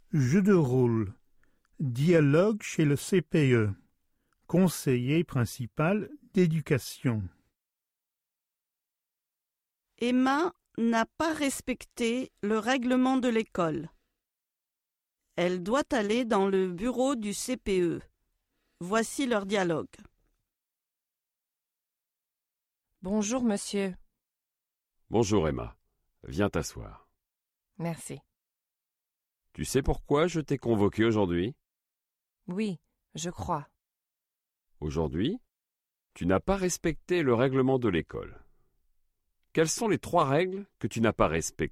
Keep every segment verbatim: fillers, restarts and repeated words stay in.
Jeu de rôle. Dialogue chez le C P E. Conseiller principal d'éducation. Emma n'a pas respecté le règlement de l'école. Elle doit aller dans le bureau du C P E. Voici leur dialogue. Bonjour, monsieur. Bonjour, Emma. Viens t'asseoir. Merci. Tu sais pourquoi je t'ai convoqué aujourd'hui ? Oui, je crois. Aujourd'hui, tu n'as pas respecté le règlement de l'école. Quelles sont les trois règles que tu n'as pas respectées ?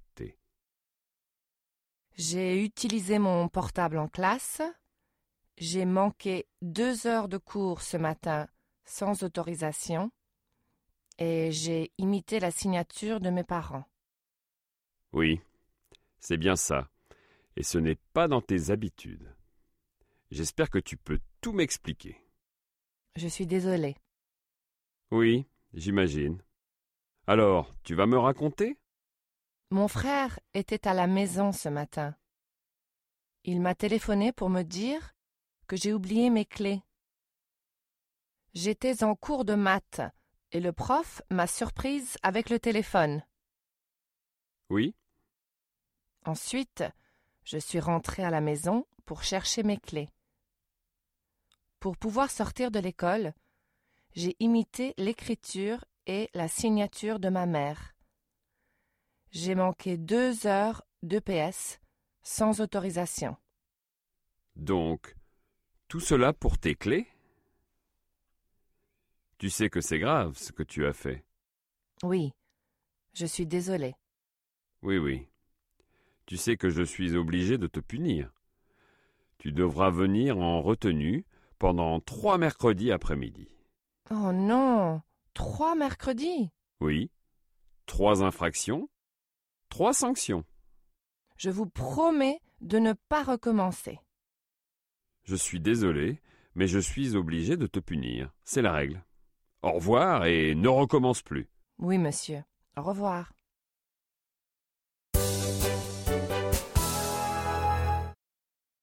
J'ai utilisé mon portable en classe. J'ai manqué deux heures de cours ce matin sans autorisation. Et j'ai imité la signature de mes parents. Oui, c'est bien ça. Et ce n'est pas dans tes habitudes. J'espère que tu peux tout m'expliquer. Je suis désolée. Oui, j'imagine. Alors, tu vas me raconter ? Mon frère était à la maison ce matin. Il m'a téléphoné pour me dire que j'ai oublié mes clés. J'étais en cours de maths et le prof m'a surprise avec le téléphone. Oui ? Ensuite, je suis rentrée à la maison pour chercher mes clés. Pour pouvoir sortir de l'école, j'ai imité l'écriture et la signature de ma mère. J'ai manqué deux heures d'E P S sans autorisation. Donc, tout cela pour tes clés ? Tu sais que c'est grave ce que tu as fait. Oui, je suis désolée. Oui, oui. Tu sais que je suis obligé de te punir. Tu devras venir en retenue pendant trois mercredis après-midi. Oh non, trois mercredis. Oui, trois infractions, trois sanctions. Je vous promets de ne pas recommencer. Je suis désolé, mais je suis obligé de te punir. C'est la règle. Au revoir et ne recommence plus. Oui, monsieur. Au revoir.